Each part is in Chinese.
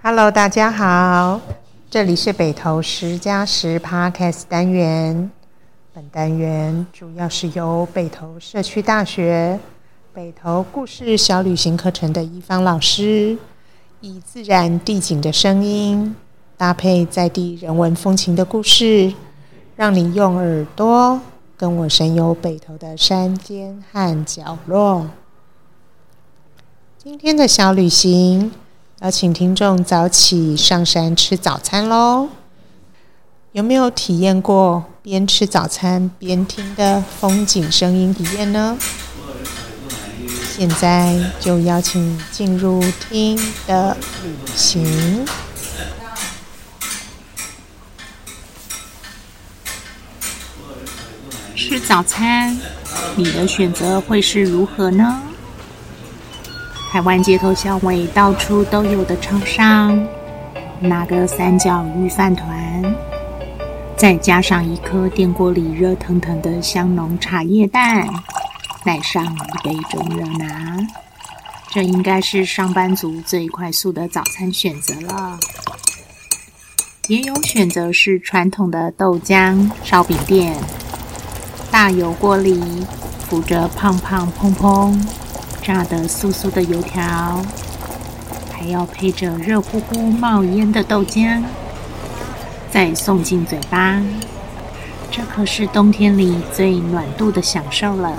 Hello， 大家好，这里是北投10+10 Podcast 单元。本单元主要是由北投社区大学北投故事小旅行课程的一方老师，以自然地景的声音搭配在地人文风情的故事，让你用耳朵跟我神游北投的山间和角落。今天的小旅行邀请听众早起上山吃早餐咯。有没有体验过边吃早餐边听的风景声音体验呢？现在就邀请你进入听的旅行。 吃早餐，你的选择会是如何呢？台湾街头巷尾到处都有的超商，拿个三角鱼饭团，再加上一颗电锅里热腾腾的香浓茶叶蛋，带上一杯中热拿，这应该是上班族最快速的早餐选择了。也有选择是传统的豆浆烧饼店，大油锅里浮着胖胖蓬蓬炸得酥酥的油条，还要配着热乎乎冒烟的豆浆，再送进嘴巴，这可是冬天里最暖肚的享受了。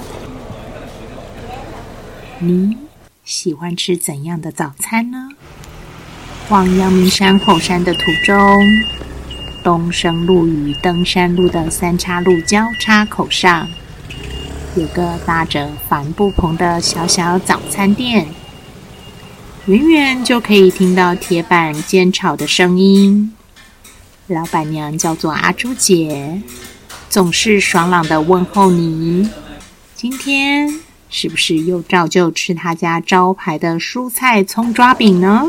你喜欢吃怎样的早餐呢？往阳明山后山的途中，东升路与登山路的三岔路交叉口上，有个搭着帆布棚的小小早餐店，远远就可以听到铁板煎炒的声音。老板娘叫做阿朱姐，总是爽朗地问候你，今天是不是又照旧吃她家招牌的蔬菜葱抓饼呢？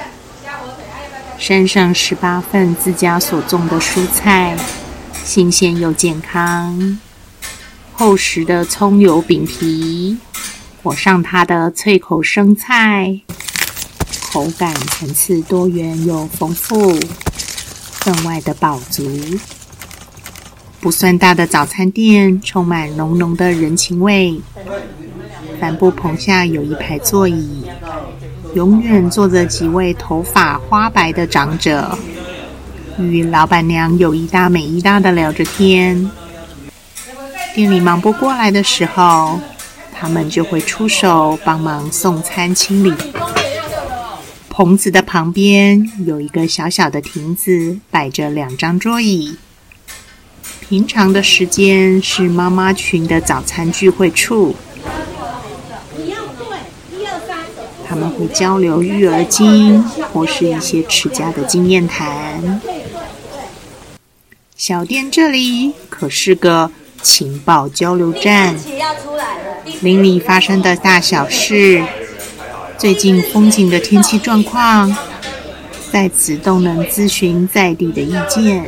山上18份自家所种的蔬菜，新鲜又健康。厚实的葱油饼皮，裹上它的脆口生菜，口感层次多元又丰富，分外的饱足。不算大的早餐店充满浓浓的人情味。帆布棚下有一排座椅，永远坐着几位头发花白的长者，与老板娘有一搭没一搭的聊着天。店里忙不过来的时候，他们就会出手帮忙送餐清理。棚子的旁边有一个小小的亭子，摆着2张桌椅。平常的时间是妈妈群的早餐聚会处，他们会交流育儿经或是一些持家的经验谈。小店这里可是个情报交流站，邻里发生的大小事，最近风景的天气状况，在此都能咨询在地的意见。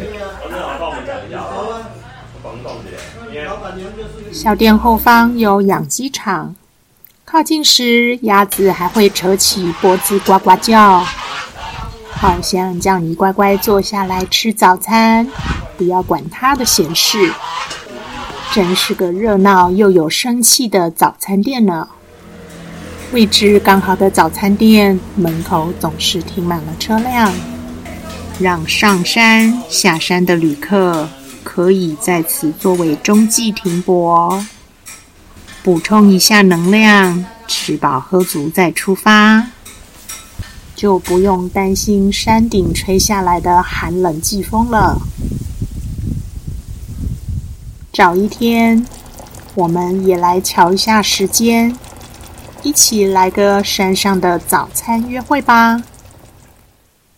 小店后方有养鸡场，靠近时鸭子还会扯起脖子呱呱叫，好像叫你乖乖坐下来吃早餐，不要管它的闲事。真是个热闹又有生气的早餐店呢。位置刚好的早餐店门口总是停满了车辆，让上山下山的旅客可以在此作为中继停泊，补充一下能量，吃饱喝足再出发，就不用担心山顶吹下来的寒冷季风了。找一天，我们也来瞧一下时间，一起来个山上的早餐约会吧。